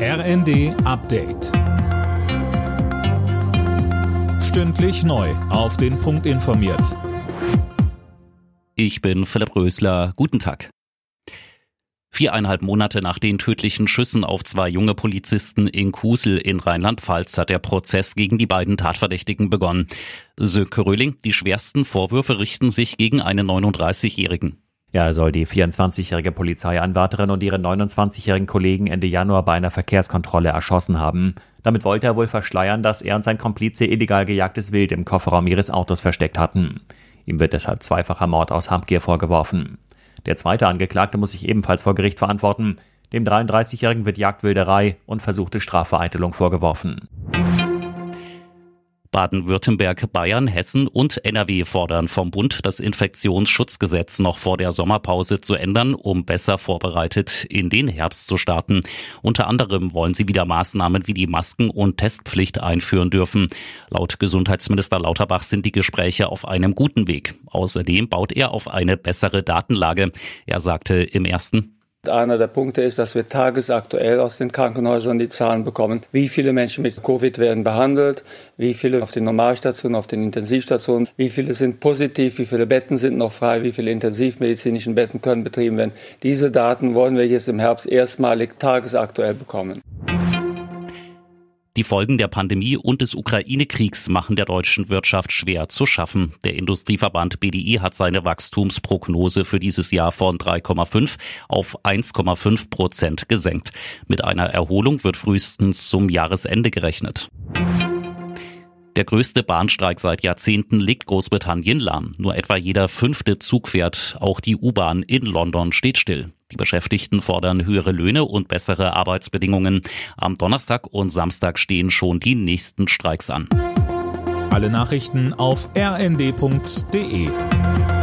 RND Update. Stündlich neu auf den Punkt informiert. Ich bin Philipp Rösler. Guten Tag. 4,5 Monate nach den tödlichen Schüssen auf 2 junge Polizisten in Kusel in Rheinland-Pfalz hat der Prozess gegen die beiden Tatverdächtigen begonnen. Sönke Röhling, die schwersten Vorwürfe richten sich gegen einen 39-Jährigen. Er soll die 24-jährige Polizeianwärterin und ihren 29-jährigen Kollegen Ende Januar bei einer Verkehrskontrolle erschossen haben. Damit wollte er wohl verschleiern, dass er und sein Komplize illegal gejagtes Wild im Kofferraum ihres Autos versteckt hatten. Ihm wird deshalb zweifacher Mord aus Habgier vorgeworfen. Der zweite Angeklagte muss sich ebenfalls vor Gericht verantworten. Dem 33-jährigen wird Jagdwilderei und versuchte Strafvereitelung vorgeworfen. Baden-Württemberg, Bayern, Hessen und NRW fordern vom Bund, das Infektionsschutzgesetz noch vor der Sommerpause zu ändern, um besser vorbereitet in den Herbst zu starten. Unter anderem wollen sie wieder Maßnahmen wie die Masken- und Testpflicht einführen dürfen. Laut Gesundheitsminister Lauterbach sind die Gespräche auf einem guten Weg. Außerdem baut er auf eine bessere Datenlage. Er sagte im ersten: Einer der Punkte ist, dass wir tagesaktuell aus den Krankenhäusern die Zahlen bekommen. Wie viele Menschen mit Covid werden behandelt, wie viele auf den Normalstationen, auf den Intensivstationen, wie viele sind positiv, wie viele Betten sind noch frei, wie viele intensivmedizinischen Betten können betrieben werden. Diese Daten wollen wir jetzt im Herbst erstmalig tagesaktuell bekommen. Die Folgen der Pandemie und des Ukraine-Kriegs machen der deutschen Wirtschaft schwer zu schaffen. Der Industrieverband BDI hat seine Wachstumsprognose für dieses Jahr von 3,5 auf 1,5% gesenkt. Mit einer Erholung wird frühestens zum Jahresende gerechnet. Der größte Bahnstreik seit Jahrzehnten legt Großbritannien lahm. Nur etwa jeder 5. Zug fährt. Auch die U-Bahn in London steht still. Die Beschäftigten fordern höhere Löhne und bessere Arbeitsbedingungen. Am Donnerstag und Samstag stehen schon die nächsten Streiks an. Alle Nachrichten auf rnd.de.